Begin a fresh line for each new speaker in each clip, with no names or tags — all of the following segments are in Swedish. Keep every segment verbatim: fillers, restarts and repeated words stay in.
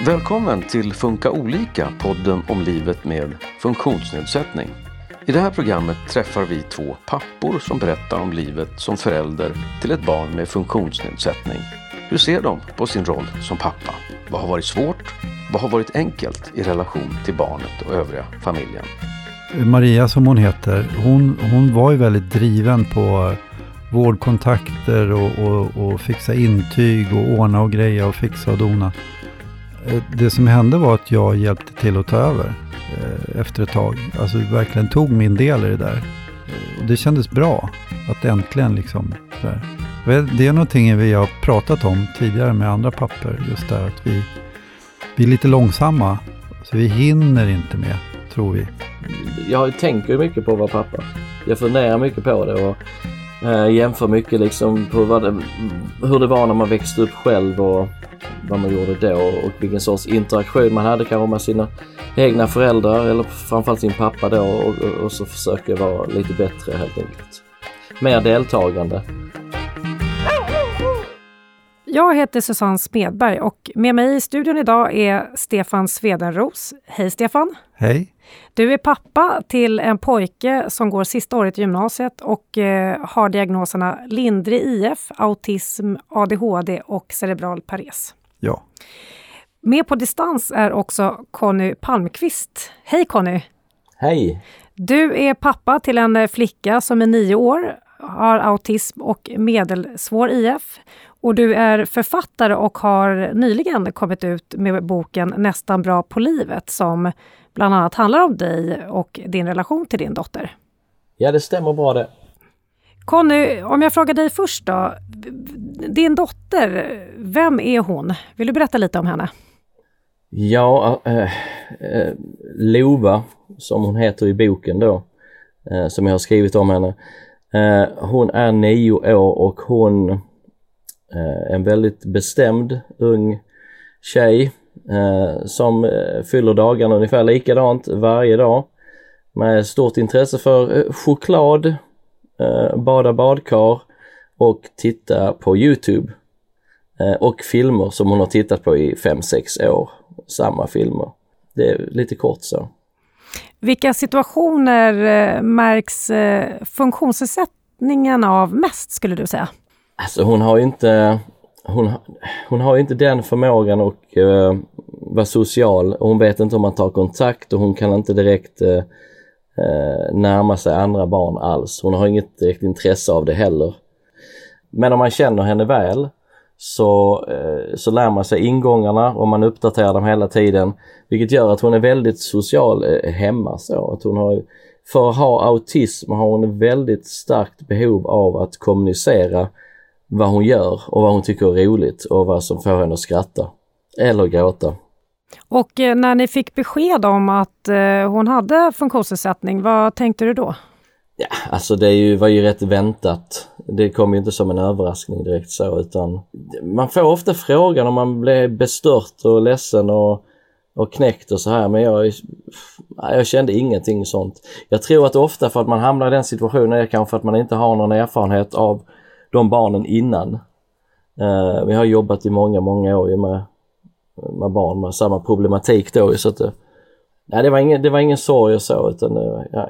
Välkommen till Funka Olika, podden om livet med funktionsnedsättning. I det här programmet träffar vi två pappor som berättar om livet som förälder till ett barn med funktionsnedsättning. Hur ser de på sin roll som pappa? Vad har varit svårt? Vad har varit enkelt i relation till barnet och övriga familjen?
Maria, som hon heter, hon, hon var ju väldigt driven på vårdkontakter och, och, och fixa intyg och ordna och greja och fixa och dona. Det som hände var att jag hjälpte till att ta över eh, efter ett tag. Alltså verkligen tog min del i det där. Och det kändes bra att äntligen liksom där. Det är någonting vi har pratat om tidigare med andra papper. Just där att vi, vi är lite långsamma. Så vi hinner inte med, tror vi.
Jag tänker mycket på att vara pappa. Jag funderar mycket på det och äh, jämför mycket liksom på vad det, hur det var när man växte upp själv och vad man gjorde då och vilken sorts interaktion man hade kanske med sina egna föräldrar eller framförallt sin pappa då och, och, och så försöker vara lite bättre helt enkelt. Mer deltagande.
Jag heter Susanne Smedberg och med mig i studion idag är Stefan Svedenros. Hej Stefan!
Hej!
Du är pappa till en pojke som går sista året i gymnasiet och eh, har diagnoserna lindrig I F, autism, A D H D och cerebral pares.
Ja.
Med på distans är också Conny Palmqvist. Hej Conny!
Hej!
Du är pappa till en flicka som är nio år, har autism och medelsvår I F. Och du är författare och har nyligen kommit ut med boken Nästan bra på livet som bland annat handlar om dig och din relation till din dotter.
Ja, det stämmer bra det.
Conny, om jag frågar dig först då. Din dotter, vem är hon? Vill du berätta lite om henne?
Ja, äh, äh, Lova, som hon heter i boken då, äh, som jag har skrivit om henne. Äh, hon är nio år och hon är en väldigt bestämd ung tjej äh, som äh, fyller dagarna ungefär likadant varje dag. Med stort intresse för äh, choklad, äh, bada badkar och titta på YouTube. Äh, och filmer som hon har tittat på i fem sex år. Samma filmer. Det är lite kort så. Vilka situationer äh, märks äh, funktionsnedsättningen av mest skulle du säga? Alltså hon har ju inte, hon, hon har ju inte den förmågan att uh, vara social. Och hon vet inte om man tar kontakt och hon kan inte direkt uh, närma sig andra barn alls. Hon har inget direkt intresse av det heller. Men om man känner henne väl så, uh, så lär man sig ingångarna och man uppdaterar dem hela tiden. Vilket gör att hon är väldigt social uh, hemma. Så att hon har, för att ha autism har hon ett väldigt starkt behov av att kommunicera vad hon gör och vad hon tycker är roligt och vad som får henne att skratta eller gråta. Och eh, när ni fick besked om att eh, hon hade funktionsnedsättning, vad tänkte du då? Ja, alltså det är ju, var ju rätt väntat. Det kom ju inte som en överraskning direkt så, utan man får ofta frågan om man blir bestört och ledsen och, och knäckt och så här, men jag, jag kände ingenting sånt. Jag tror att ofta för att man hamnar i den situationen är kanske för att man inte har någon erfarenhet av de barnen innan. Uh, vi har jobbat i många, många år med, med barn med samma problematik då. Så att det, nej, det, var ingen, det var ingen sorg och så. Utan det, ja.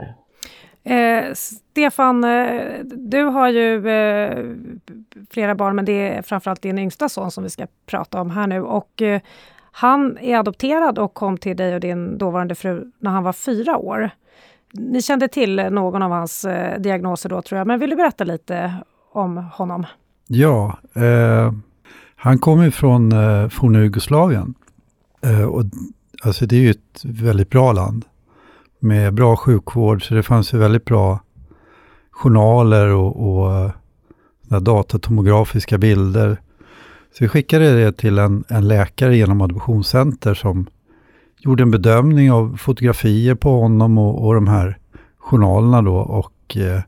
eh, Stefan, du har ju eh, flera barn, men det är framförallt din yngsta son som vi ska prata om här nu. Och eh, han är adopterad och kom till dig och din dåvarande fru när han var fyra år. Ni kände till någon av hans eh, diagnoser då tror jag, men vill du berätta lite om honom?
Ja, eh, han kommer ju från eh, forna Jugoslavien. Eh, och, alltså det är ju ett väldigt bra land med bra sjukvård, så det fanns ju väldigt bra journaler och, och eh, datatomografiska bilder. Så vi skickade det till en, en läkare genom adoptionscenter som gjorde en bedömning av fotografier på honom och, och de här journalerna då, och eh,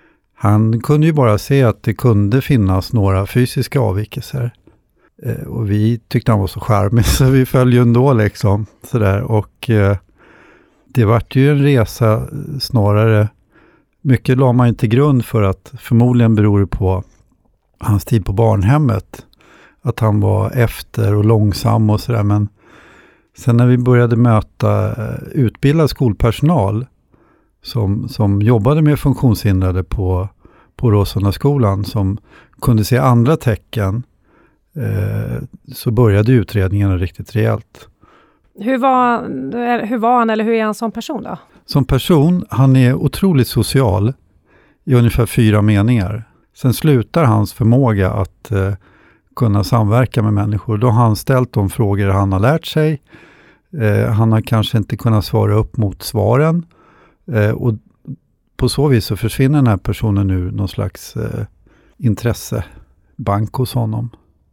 han kunde ju bara se att det kunde finnas några fysiska avvikelser. Eh, och vi tyckte han var så charmig så vi följde ändå liksom. Sådär. Och eh, det var ju en resa snarare. Mycket la man inte grund för att förmodligen beror det på hans tid på barnhemmet. Att han var efter och långsam och sådär. Men Sen när vi började möta utbildad skolpersonal som, som jobbade med funktionshindrade på, på Råsundaskolan som kunde se andra tecken, eh, så började utredningarna riktigt rejält.
Hur var, hur var han eller hur är han som person då?
Som person, han är otroligt social i ungefär fyra meningar. Sen slutar hans förmåga att eh, kunna samverka med människor. Då har han ställt de frågor han har lärt sig. Eh, han har kanske inte kunnat svara upp mot svaren. Eh, och på så vis så försvinner den här personen nu någon slags eh, intressebank hos honom.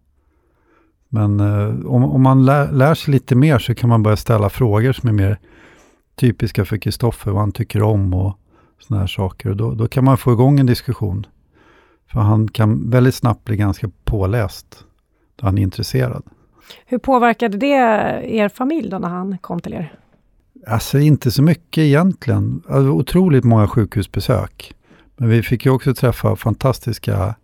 Men eh, om, om man lär, lär sig lite mer så kan man börja ställa frågor som är mer typiska för Kristoffer, vad han tycker om och såna här saker. Och då, då kan man få igång en diskussion. För han kan väldigt snabbt bli ganska påläst då han är intresserad.
Hur påverkade det er familj då när han kom till er?
Alltså inte så mycket egentligen. Alltså, otroligt många sjukhusbesök. Men vi fick ju också träffa fantastiska,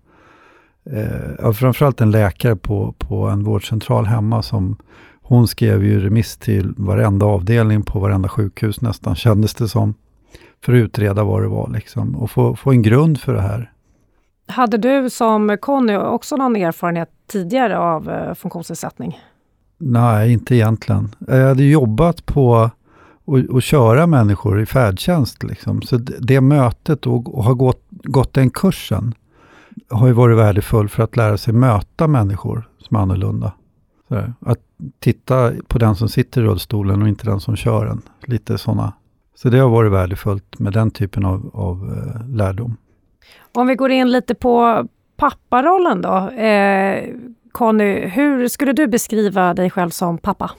eh, framförallt en läkare på, på en vårdcentral hemma som hon skrev ju remiss till varenda avdelning på varenda sjukhus nästan, kändes det som. För att utreda vad det var liksom. Och få, få en grund för det här.
Hade du som Conny också någon erfarenhet tidigare av eh, funktionsnedsättning?
Nej, inte egentligen. Jag hade jobbat på att köra människor i färdtjänst. Liksom. Så det, det mötet och, och ha gått, gått den kursen har ju varit värdefull för att lära sig möta människor som är annorlunda. Så att titta på den som sitter i rullstolen och inte den som kör den. Lite sådana. Så det har varit värdefullt med den typen av, av eh, lärdom.
Om vi går in lite på papparollen då. Eh, Conny, hur skulle du beskriva dig själv som pappa?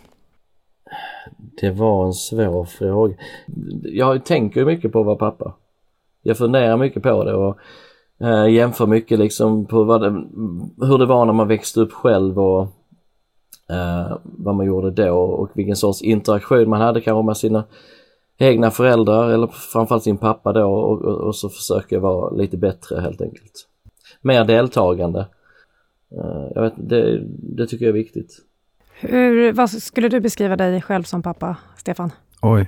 Det var en svår fråga. Jag tänker mycket på att vara pappa. Jag funderar mycket på det och eh, jämför mycket liksom på vad det, hur det var när man växte upp själv och eh, vad man gjorde då och vilken sorts interaktion man hade kanske med sina egna föräldrar eller framförallt sin pappa då och, och, och så försöker jag vara lite bättre helt enkelt. Mer deltagande. Uh, jag vet, det, det tycker jag är viktigt.
Hur, vad skulle du beskriva dig själv som pappa, Stefan?
Oj,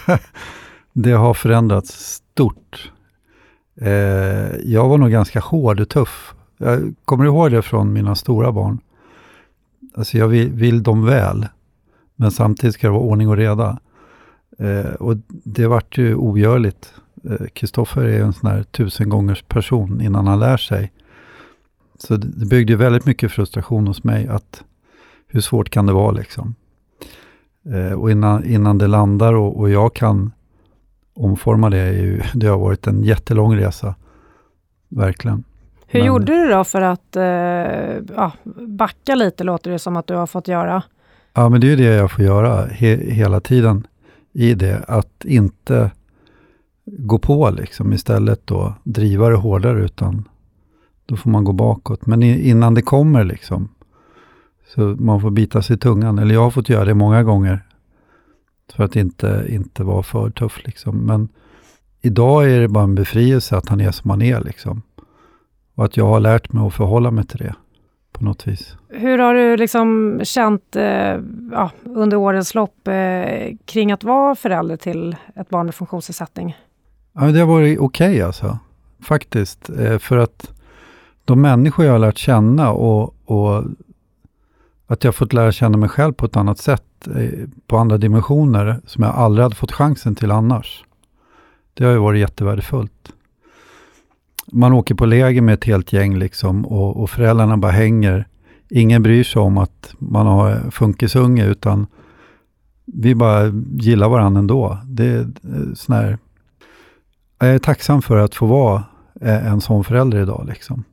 det har förändrats stort. Eh, jag var nog ganska hård och tuff. Jag kommer ihåg det från mina stora barn. Alltså jag vill, vill dem väl, men samtidigt ska det vara ordning och reda. Eh, och det vart ju ogörligt. Kristoffer eh, är en sån här tusen gångers person innan han lär sig. Så det, det byggde väldigt mycket frustration hos mig att hur svårt kan det vara liksom. Eh, och innan, innan det landar och, och jag kan omforma det, är ju, det har varit en jättelång resa. Verkligen.
Hur
Men,
gjorde du då för att eh, ja, backa lite, låter det som att du har fått göra?
Ja, men det är ju det jag får göra he, hela tiden i det. Att inte gå på liksom, istället då driva det hårdare, utan då får man gå bakåt. Men i, innan det kommer liksom, så man får bita sig i tungan. Eller jag har fått göra det många gånger för att inte, inte vara för tuff liksom. Men idag är det bara en befrielse att han är som han är liksom. Och att jag har lärt mig att förhålla mig till det på något vis. Hur
har du liksom känt eh, ja, under årens lopp eh, kring att vara förälder till ett barn med funktionsnedsättning?
Ja, det har varit okej okay, alltså. Faktiskt. Eh, för att de människor jag har lärt känna och, och att jag fått lära känna mig själv på ett annat sätt, eh, på andra dimensioner som jag aldrig hade fått chansen till annars. Det har ju varit jättevärdefullt. Man åker på läger med ett helt gäng liksom och, och föräldrarna bara hänger. Ingen bryr sig om att man har funkisunge, utan vi bara gillar varandra ändå. Det är sån här, jag är tacksam för att få vara en sån förälder idag liksom.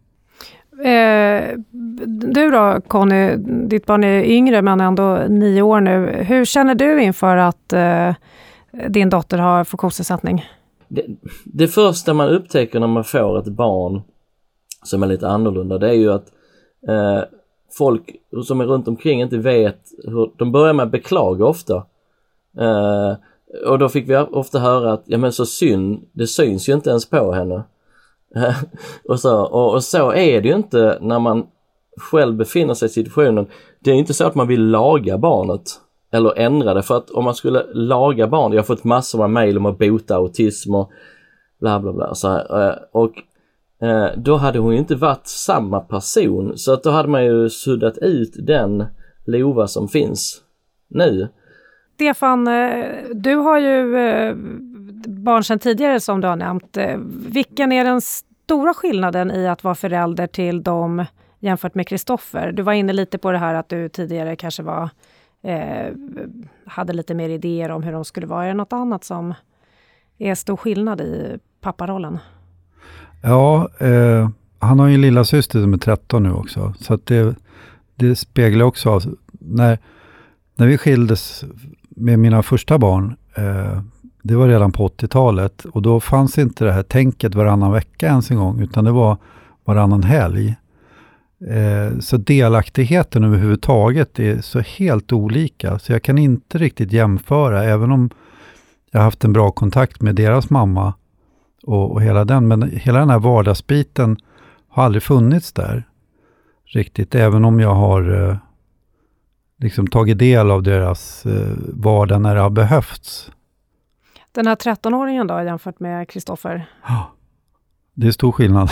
Eh, du då, Conny, ditt barn är yngre men ändå nio år nu. Hur känner du inför att eh, din dotter har funktionsnedsättning?
Det, det första man upptäcker när man får ett barn som är lite annorlunda, det är ju att eh, folk som är runt omkring inte vet hur, de börjar med att beklaga ofta. Eh, och då fick vi ofta höra att ja men så synd, det syns ju inte ens på henne. och, så, och, och så är det ju inte när man själv befinner sig i situationen. Det är inte så att man vill laga barnet. eller ändra det. För att om man skulle laga barn, jag har fått massor av mejl om att bota autism och bla bla bla. Så här, och då hade hon ju inte varit samma person. Så att då hade man ju suddat ut den Lova som finns nu.
Stefan, du har ju barn sedan tidigare som du har nämnt. Vilken är den stora skillnaden i att vara förälder till dem jämfört med Kristoffer? Du var inne lite på det här att du tidigare kanske var, eh, hade lite mer idéer om hur de skulle vara. Är det något annat som är stor skillnad i papparollen?
Ja, eh, han har ju en lilla syster som är tretton nu också. Så att det, det speglar också av, när, när vi skildes med mina första barn, eh, det var redan på åttiotalet. Och då fanns inte det här tänket varannan vecka ens en gång, utan det var varannan helg. Eh, så delaktigheten överhuvudtaget är så helt olika. Så jag kan inte riktigt jämföra, även om jag har haft en bra kontakt med deras mamma och, och hela den. Men hela den här vardagsbiten har aldrig funnits där riktigt. Även om jag har eh, liksom tagit del av deras eh, vardag när det har behövts.
Den här trettonåringen då jämfört med Kristoffer?
Ja, det är stor skillnad.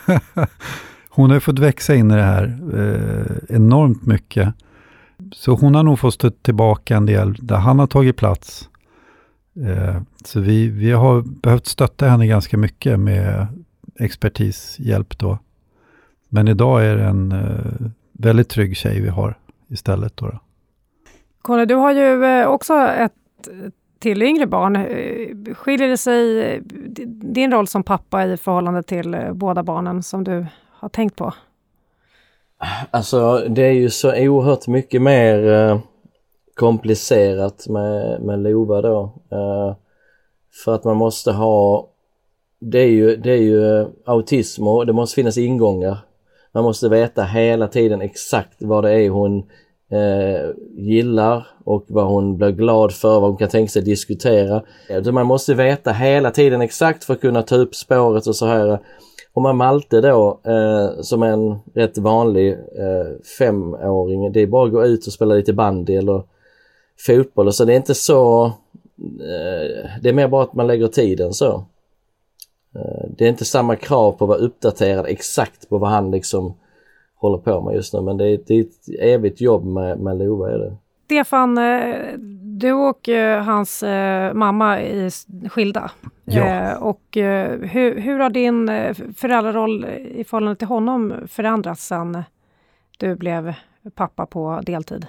Hon har fått växa in i det här eh, enormt mycket. Så hon har nog fått stå tillbaka en del där han har tagit plats. Eh, så vi, vi har behövt stötta henne ganska mycket med expertishjälp då. Men idag är det en eh, väldigt trygg tjej vi har istället då. då.
Conny, du har ju eh, också ett till yngre barn. Skiljer det sig din roll som pappa i förhållande till båda barnen som du har tänkt på?
Alltså det är ju så oerhört mycket mer eh, komplicerat med, med Lova då. Eh, för att man måste ha, det är ju, det är ju autism och det måste finnas ingångar. Man måste veta hela tiden exakt vad det är hon eh, gillar och vad hon blir glad för, vad hon kan tänka sig diskutera. Man måste veta hela tiden exakt för att kunna ta upp spåret och så här. Och man Malte då, eh, som en rätt vanlig eh, femåring, det är bara att gå ut och spela lite bandy eller fotboll. Och så det är inte så, eh, det är mer bara att man lägger tiden så. Eh, det är inte samma krav på att vara uppdaterad exakt på vad han liksom håller på med just nu. Men det är, det är ett evigt jobb med, med Lova är det.
Stefan, du och hans mamma är skilda.
Ja.
Och hur, hur har din föräldraroll i förhållande till honom förändrats sedan du blev pappa på deltid?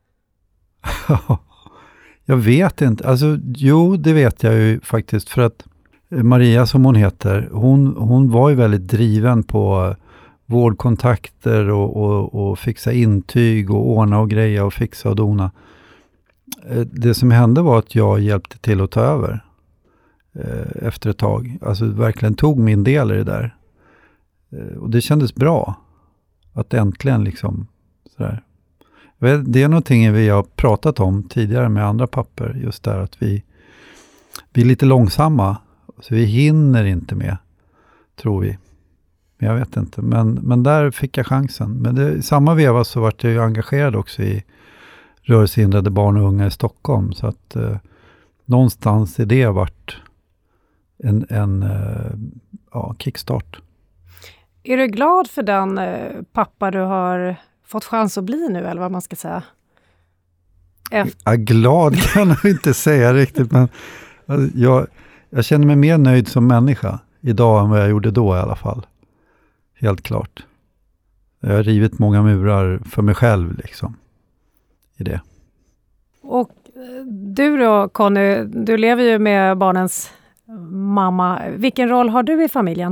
Jag vet inte. Alltså, jo, det vet jag ju faktiskt. För att Maria, som hon heter, hon, hon var ju väldigt driven på vårdkontakter och, och, och fixa intyg och ordna och greja och fixa och dona. Det som hände var att jag hjälpte till att ta över eh, efter ett tag. Alltså verkligen tog min del i det där. Eh, och det kändes bra att äntligen liksom sådär. Det är någonting vi har pratat om tidigare med andra papper, just där att vi, vi är lite långsamma. Så vi hinner inte med, tror vi. Jag vet inte, men, men där fick jag chansen. Men det, i samma veva så var jag ju engagerad också i rörelsehindrade barn och unga i Stockholm. Så att eh, någonstans är det varit en, en eh, ja, kickstart.
Är du glad för den eh, pappa du har fått chans att bli nu, eller vad man ska säga? Efter...
Ja, glad kan jag inte säga riktigt, men alltså, jag, jag känner mig mer nöjd som människa idag än vad jag gjorde då i alla fall. Helt klart. Jag har rivit många murar för mig själv liksom. I det.
Och du då, Conny, du lever ju med barnens mamma. Vilken roll har du i familjen?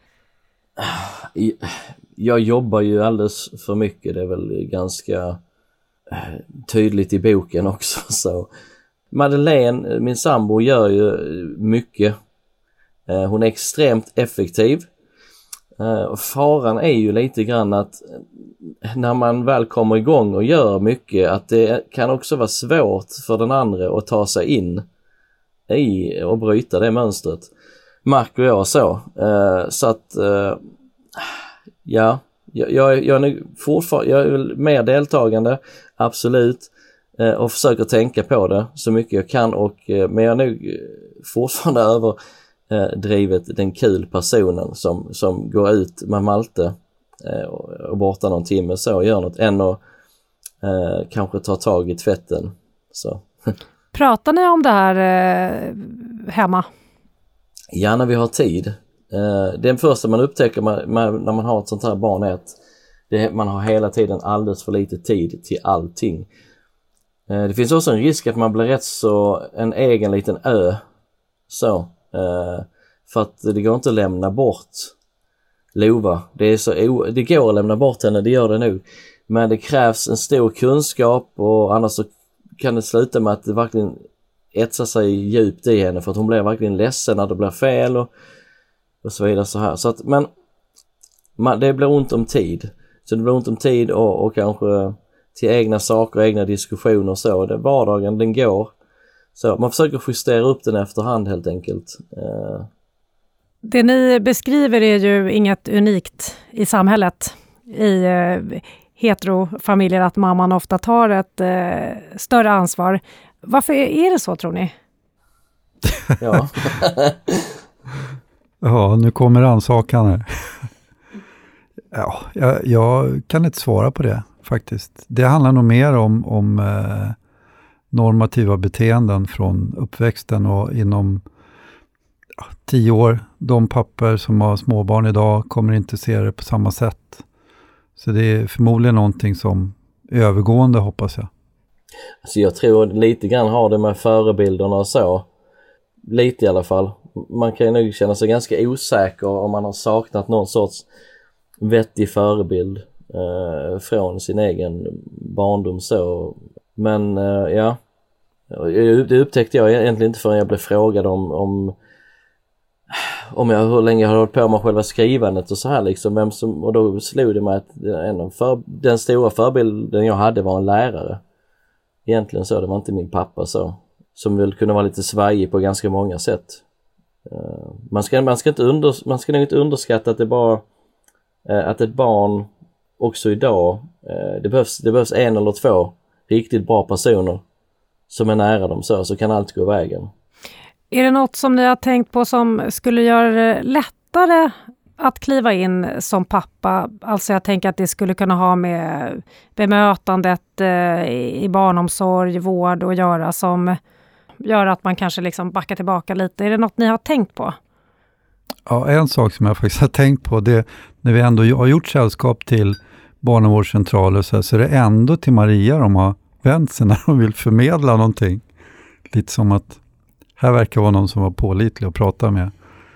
Jag jobbar ju alldeles för mycket. Det är väl ganska tydligt i boken också. Så. Madeleine, min sambo, gör ju mycket. Hon är extremt effektiv. Uh, faran är ju lite grann att när man väl kommer igång och gör mycket, att det kan också vara svårt för den andra att ta sig in i och bryta det mönstret. Mark och jag så. Uh, så att uh, ja, jag, jag, jag är fortfarande jag är mer deltagande, absolut. eh, och försöker tänka på det så mycket jag kan. Och, eh, men jag är nog fortfarande överdrivet den kul personen som, som går ut med Malte eh, och, och borta någon timme så och gör något än att eh, kanske ta tag i tvätten. Så.
Pratar ni om det här eh, hemma?
Ja, när vi har tid. Eh, den första man upptäcker man, man, när man har ett sånt här barn är att det, man har hela tiden alldeles för lite tid till allting. Eh, det finns också en risk att man blir rätt så en egen liten ö. Så. Eh, för att det går inte att lämna bort Lova. Det, är så o, det går att lämna bort henne, det gör det nu. Men det krävs en stor kunskap och annars så kan det sluta med att det verkligen etsar sig djupt i henne för att hon blir verkligen ledsen när det blir fel och, och så vidare så här. Så att, men man, det blir ont om tid. Så det blir ont om tid och, och kanske till egna saker, egna diskussioner och så. Det, vardagen, den går. Så man försöker justera upp den efterhand helt enkelt. Uh.
Det ni beskriver är ju inget unikt i samhället. I uh, heterofamiljer att mamman ofta tar ett uh, större ansvar. Varför är det så, tror ni?
Ja.
Ja, nu kommer ansökan här. Ja, jag, jag kan inte svara på det faktiskt. Det handlar nog mer om, om eh, normativa beteenden från uppväxten och inom ja, tio år. De pappor som har småbarn idag kommer inte se det på samma sätt. Så det är förmodligen någonting som är övergående, hoppas jag.
Alltså jag tror lite grann har det med förebilderna och så. Lite i alla fall. Man kan ju nog känna sig ganska osäker om man har saknat någon sorts vettig förebild eh, från sin egen barndom så. Men eh, ja, det upptäckte jag egentligen inte förrän jag blev frågad om om, om jag, hur länge jag har hållit på med själva skrivandet och så här liksom. Vem som, och då slog det mig att en av för, den stora förebilden jag hade var en lärare. Egentligen så, det var inte min pappa så. Som väl kunde vara lite svajig på ganska många sätt. Uh, man, ska, man, ska inte under, man ska nog inte underskatta att det bara uh, att ett barn också idag uh, det, behövs, det behövs en eller två riktigt bra personer som är nära dem så, så kan allt gå vägen.
Är det något som ni har tänkt på som skulle göra det lättare att kliva in som pappa? Alltså jag tänker att det skulle kunna ha med bemötandet eh, i barnomsorg, vård och göra som gör att man kanske liksom backar tillbaka lite. Är det något ni har tänkt på?
Ja, en sak som jag faktiskt har tänkt på, det när vi ändå har gjort sällskap till barnavårdscentraler så, så är det ändå till Maria de har vänt sig när de vill förmedla någonting. Lite som att här verkar vara någon som var pålitlig att prata med.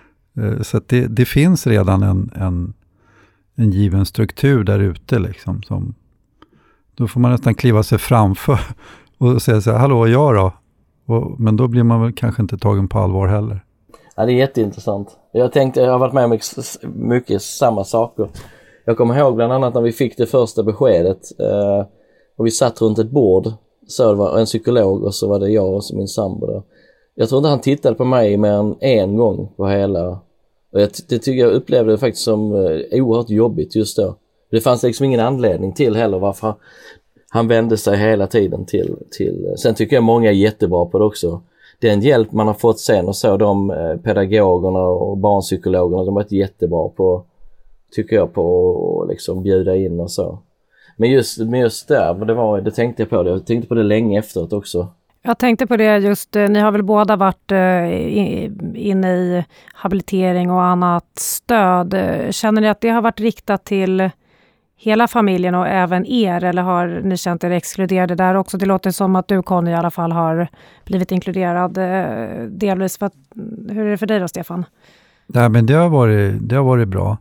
Så att det, det finns redan en, en, en given struktur där ute liksom. Som, då får man nästan kliva sig framför och säga så här, hallå, jag då? Och, men då blir man väl kanske inte tagen på allvar heller.
Ja, det är jätteintressant. Jag tänkte, jag har varit med om mycket samma saker. Jag kommer ihåg bland annat när vi fick det första beskedet eh, och vi satt runt ett bord. Så det var en psykolog och så var det jag och min sambo då. Jag tror inte han tittade på mig mer än en gång på hela. Och jag, det tycker jag upplevde det faktiskt som eh, oerhört jobbigt just då. Det fanns liksom ingen anledning till heller varför han vände sig hela tiden till, till. Sen tycker jag många är jättebra på det också. Den hjälp man har fått sen och så de eh, pedagogerna och barnpsykologerna, de har varit jättebra på, tycker jag, på att liksom bjuda in och så. Men just, men just där, det, var, det tänkte jag på det. Jag tänkte på det länge efteråt också.
Jag tänkte på det just, ni har väl båda varit inne i habilitering och annat stöd. Känner ni att det har varit riktat till hela familjen och även er, eller har ni känt er exkluderade där också? Det låter som att du, Conny, i alla fall har blivit inkluderad delvis. För att, hur är det för dig då, Stefan?
Nej, men det har varit, det har varit bra.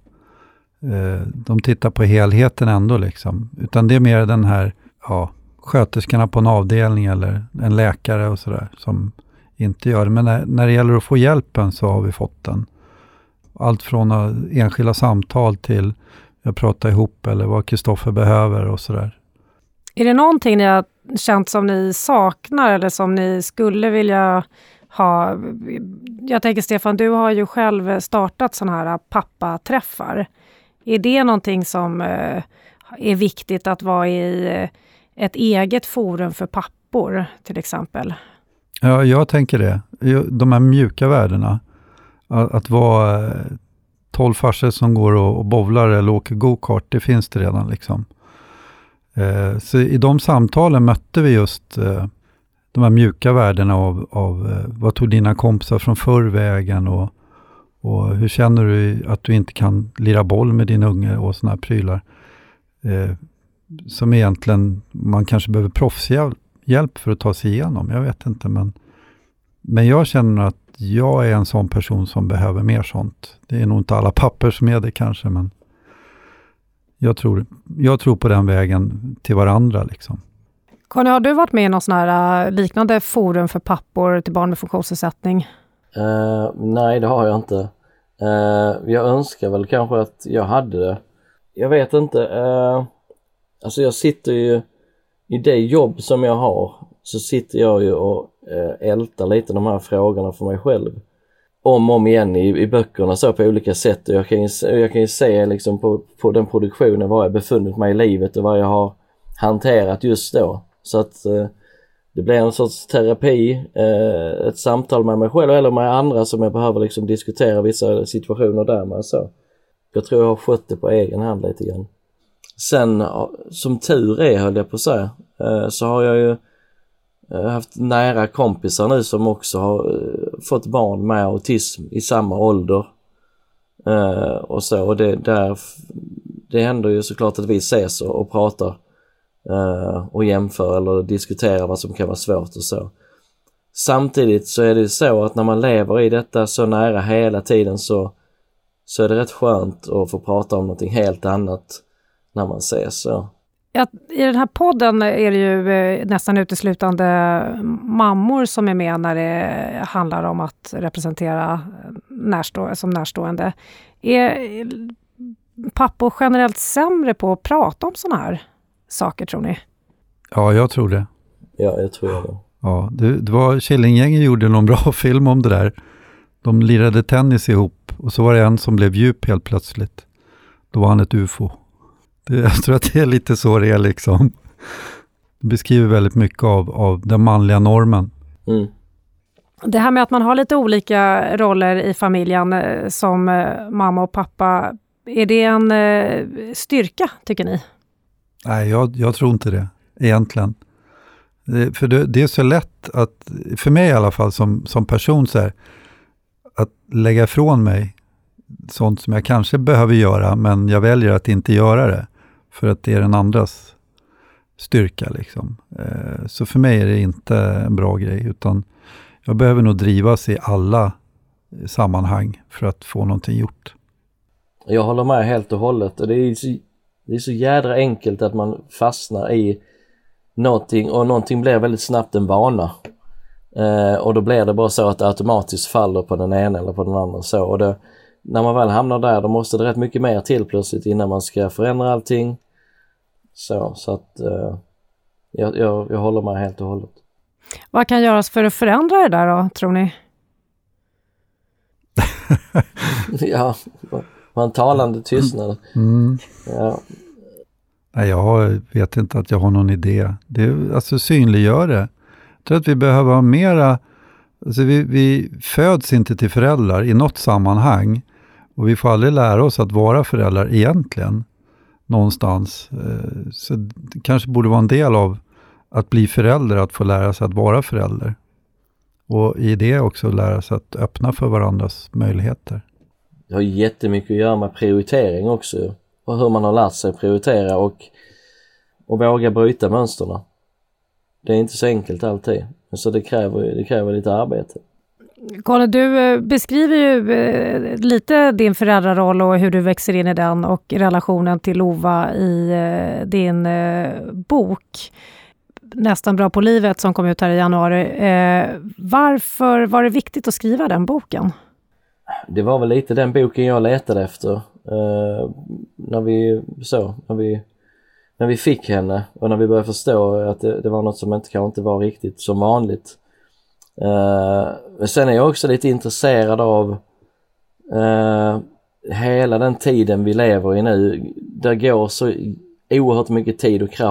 De tittar på helheten ändå liksom. Utan det är mer den här, ja, sköterskorna på en avdelning eller en läkare och sådär som inte gör det. Men när, när det gäller att få hjälpen så har vi fått den. Allt från enskilda samtal till jag pratar ihop eller vad Kristoffer behöver och sådär.
Är det någonting ni har känt som ni saknar eller som ni skulle vilja ha? Jag tänker, Stefan, du har ju själv startat sådana här pappaträffar. Är det någonting som är viktigt att vara i ett eget forum för pappor pappor till exempel?
Ja, jag tänker det. De här mjuka värdena. Att, att vara tolv farsor som går och, och bowlar eller åker go-kart, det finns det redan liksom. Eh, så i de samtalen mötte vi just eh, de här mjuka värdena av, av eh, vad tog dina kompisar från förr vägen och, och hur känner du att du inte kan lira boll med din unge och såna här prylar. Eh, som egentligen man kanske behöver proffshjälp för att ta sig igenom. Jag vet inte, men, men jag känner att jag är en sån person som behöver mer sånt. Det är nog inte alla papper som är det kanske, men jag tror, jag tror på den vägen till varandra liksom.
Conny, har du varit med i någon sån här liknande forum för pappor till barn med funktionsnedsättning?
Uh, nej, det har jag inte. Uh, jag önskar väl kanske att jag hade det. Jag vet inte. Uh, alltså jag sitter ju i det jobb som jag har, så sitter jag ju och uh, ältar lite de här frågorna för mig själv. Om och om igen i, i böckerna så på olika sätt. Och jag kan ju, jag kan ju se liksom på, på den produktionen var jag befunnit mig i livet och vad jag har hanterat just då. Så att uh, det blir en sorts terapi, uh, ett samtal med mig själv eller med andra som jag behöver liksom diskutera vissa situationer där med. Så. Jag tror jag har skött det på egen hand lite grann. Sen som tur är, höll jag på att säga, så har jag ju haft nära kompisar nu som också har fått barn med autism i samma ålder. Och så, och det, där, det händer ju såklart att vi ses och, och pratar och jämför eller diskuterar vad som kan vara svårt och så. Samtidigt så är det så att när man lever i detta så nära hela tiden så så är det rätt skönt att få prata om någonting helt annat när man ses. Så.
Ja, i den här podden är det ju eh, nästan uteslutande mammor som är med när det handlar om att representera närstå- som närstående. Är pappor generellt sämre på att prata om såna här saker, tror ni?
Ja, jag tror det.
Ja, jag tror det.
Ja, det, det var Killinggänget gjorde någon bra film om det där. De lirade tennis ihop och så var det en som blev djup helt plötsligt. Då var han ett U F O. Det, jag tror att det är lite så det är liksom. Det beskriver väldigt mycket av, av den manliga normen.
Mm.
Det här med att man har lite olika roller i familjen som mamma och pappa, är det en styrka tycker ni?
Nej, jag, jag tror inte det egentligen. Det, för det, det är så lätt att, för mig i alla fall som, som person så här, att lägga ifrån mig sånt som jag kanske behöver göra, men jag väljer att inte göra det för att det är den andras styrka liksom. Så för mig är det inte en bra grej, utan jag behöver nog drivas i alla sammanhang för att få någonting gjort.
Jag håller med helt och hållet, och det är så, det är så jädra enkelt att man fastnar i någonting och någonting blir väldigt snabbt en vana. Eh, och då blir det bara så att det automatiskt faller på den ena eller på den andra. Så, och det, när man väl hamnar där, då måste det rätt mycket mer till plötsligt innan man ska förändra allting. Så, så att eh, jag, jag, jag håller med helt och hållet.
Vad kan göras för att förändra det där då, tror ni?
Ja, man talande tystnad.
Mm.
Ja.
Nej, jag vet inte att jag har någon idé. Det är, alltså synliggör det. Jag tror att vi behöver ha mera, alltså vi, vi föds inte till föräldrar i något sammanhang och vi får aldrig lära oss att vara föräldrar egentligen någonstans. Så det kanske borde vara en del av att bli förälder, att få lära sig att vara förälder. Och i det också lära sig att öppna för varandras möjligheter.
Det har jättemycket att göra med prioritering också. Och hur man har lärt sig prioritera och, och våga bryta mönsterna. Det är inte så enkelt alltid. Så det kräver, det kräver lite arbete.
Conny, du beskriver ju lite din föräldraroll och hur du växer in i den och relationen till Lova i din bok Nästan bra på livet som kom ut här i januari. Varför var det viktigt att skriva den boken?
Det var väl lite den boken jag letade efter när vi så, när vi när vi fick henne och när vi började förstå att det, det var något som inte kanske inte var riktigt som vanligt. Uh, men sen är jag också lite intresserad av uh, hela den tiden vi lever i nu. Där går så oerhört mycket tid och kraft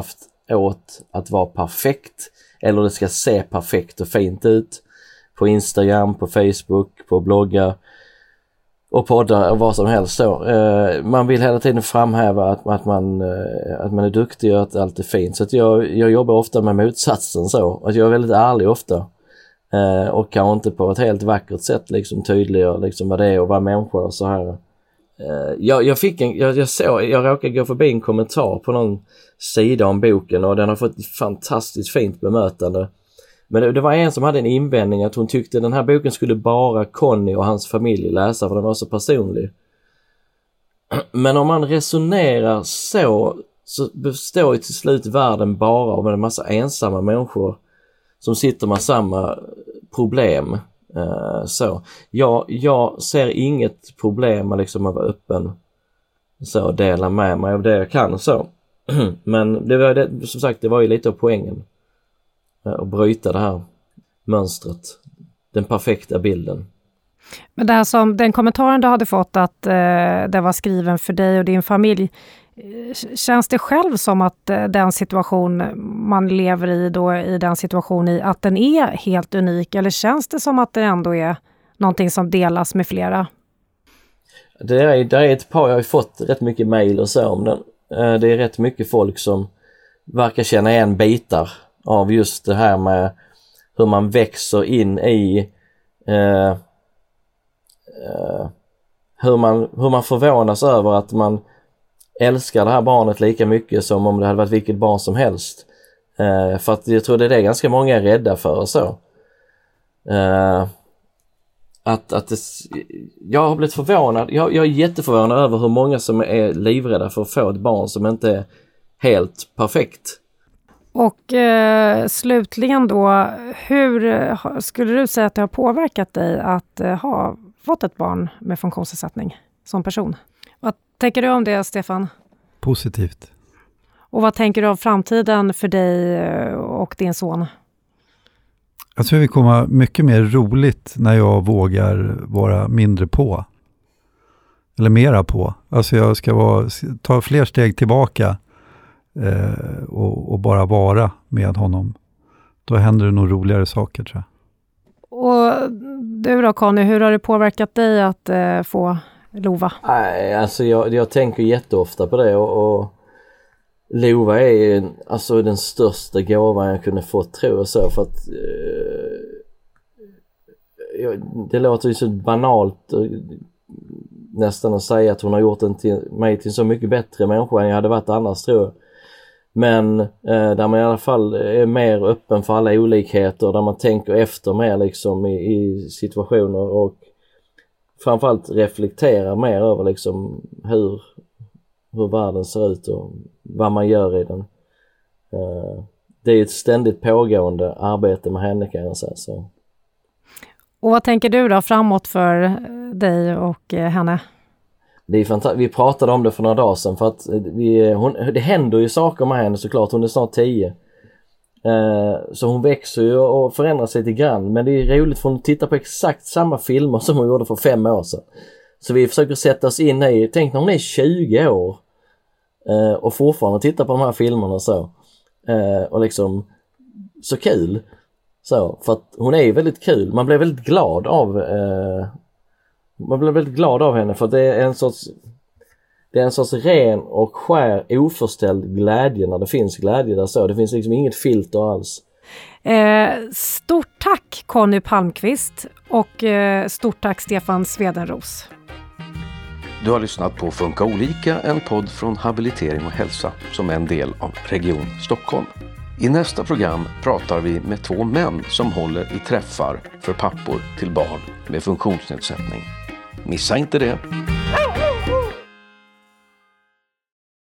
åt att vara perfekt, eller det ska se perfekt och fint ut på Instagram, på Facebook, på bloggar och poddar och vad som helst så. Eh, man vill hela tiden framhäva att, att, man, eh, att man är duktig och att allt är fint. Så att jag, jag jobbar ofta med motsatsen så. Att jag är väldigt ärlig ofta. Eh, och kanske inte på ett helt vackert sätt liksom tydliggör liksom vad det är och vad människor och så här. Eh, jag, jag fick en, jag, jag såg, jag råkade gå förbi en kommentar på någon sida om boken och den har fått ett fantastiskt fint bemötande. Men det, det var en som hade en invändning att hon tyckte den här boken skulle bara Conny och hans familj läsa för den var så personlig. Men om man resonerar så så består ju till slut världen bara av en massa ensamma människor som sitter med samma problem. Uh, så jag, jag ser inget problem med liksom att vara öppen så dela med mig av det jag kan så. Men det var det, som sagt, det var ju lite av poängen uh, att bryta det här mönstret, den perfekta bilden.
Men det här som den kommentaren du hade fått att uh, det var skriven för dig och din familj, känns det själv som att den situation man lever i då, i den situation i, att den är helt unik, eller känns det som att det ändå är någonting som delas med flera?
Det är, det är ett par, jag har fått rätt mycket mejl och så om den. Det är rätt mycket folk som verkar känna igen bitar av just det här med hur man växer in i eh, eh, hur man, hur man förvånas över att man älskar det här barnet lika mycket som om det hade varit vilket barn som helst. Eh, för att jag tror det är det ganska många är rädda för och så. Eh, att, att det, jag har blivit förvånad. Jag, jag är jätteförvånad över hur många som är livrädda för att få ett barn som inte är helt perfekt.
Och eh, slutligen då, hur skulle du säga att det har påverkat dig att eh, ha fått ett barn med funktionsnedsättning som person? Vad tänker du om det, Stefan?
Positivt.
Och vad tänker du om framtiden för dig och din son?
Jag tror det kommer mycket mer roligt när jag vågar vara mindre på. Eller mera på. Alltså jag ska vara, ta fler steg tillbaka eh, och, och bara vara med honom. Då händer det nog roligare saker, tror jag.
Och du då, Conny, hur har det påverkat dig att eh, få Lova?
Nej, alltså jag, jag tänker jätteofta på det och, och Lova är alltså den största gåvan jag kunde få, tror jag så, för att eh, det låter ju så banalt nästan att säga att hon har gjort en till, mig till så mycket bättre människa än jag hade varit annars, tror jag. Men eh, där man i alla fall är mer öppen för alla olikheter, där man tänker efter mer liksom i, i situationer och framförallt reflektera mer över liksom hur, hur världen ser ut och vad man gör i den. Uh, det är ett ständigt pågående arbete med henne, kan jag säga så.
Och vad tänker du då framåt för dig och eh, henne?
Det är fanta- vi pratade om det för några dagar sedan, för att vi, hon, det händer ju saker med henne såklart. Hon är snart tio. Uh, så hon växer ju och förändrar sig lite grann, men det är roligt för hon tittar på exakt samma filmer som hon gjorde för fem år sedan. Så vi försöker sätta oss in i, tänk när hon är tjugo år uh, och fortfarande tittar på de här filmerna och så. Uh, och liksom så kul. Så, för att hon är väldigt kul. Man blir väldigt glad av uh, man blir väldigt glad av henne, för att det är en sorts Det är en sorts ren och skär oförställd glädje när det finns glädje där så. Det finns liksom inget filter alls.
Eh, stort tack Conny Palmqvist och eh, stort tack Stefan Swedenros.
Du har lyssnat på Funka olika, en podd från Habilitering och hälsa som är en del av Region Stockholm. I nästa program pratar vi med två män som håller i träffar för pappor till barn med funktionsnedsättning. Missa inte det!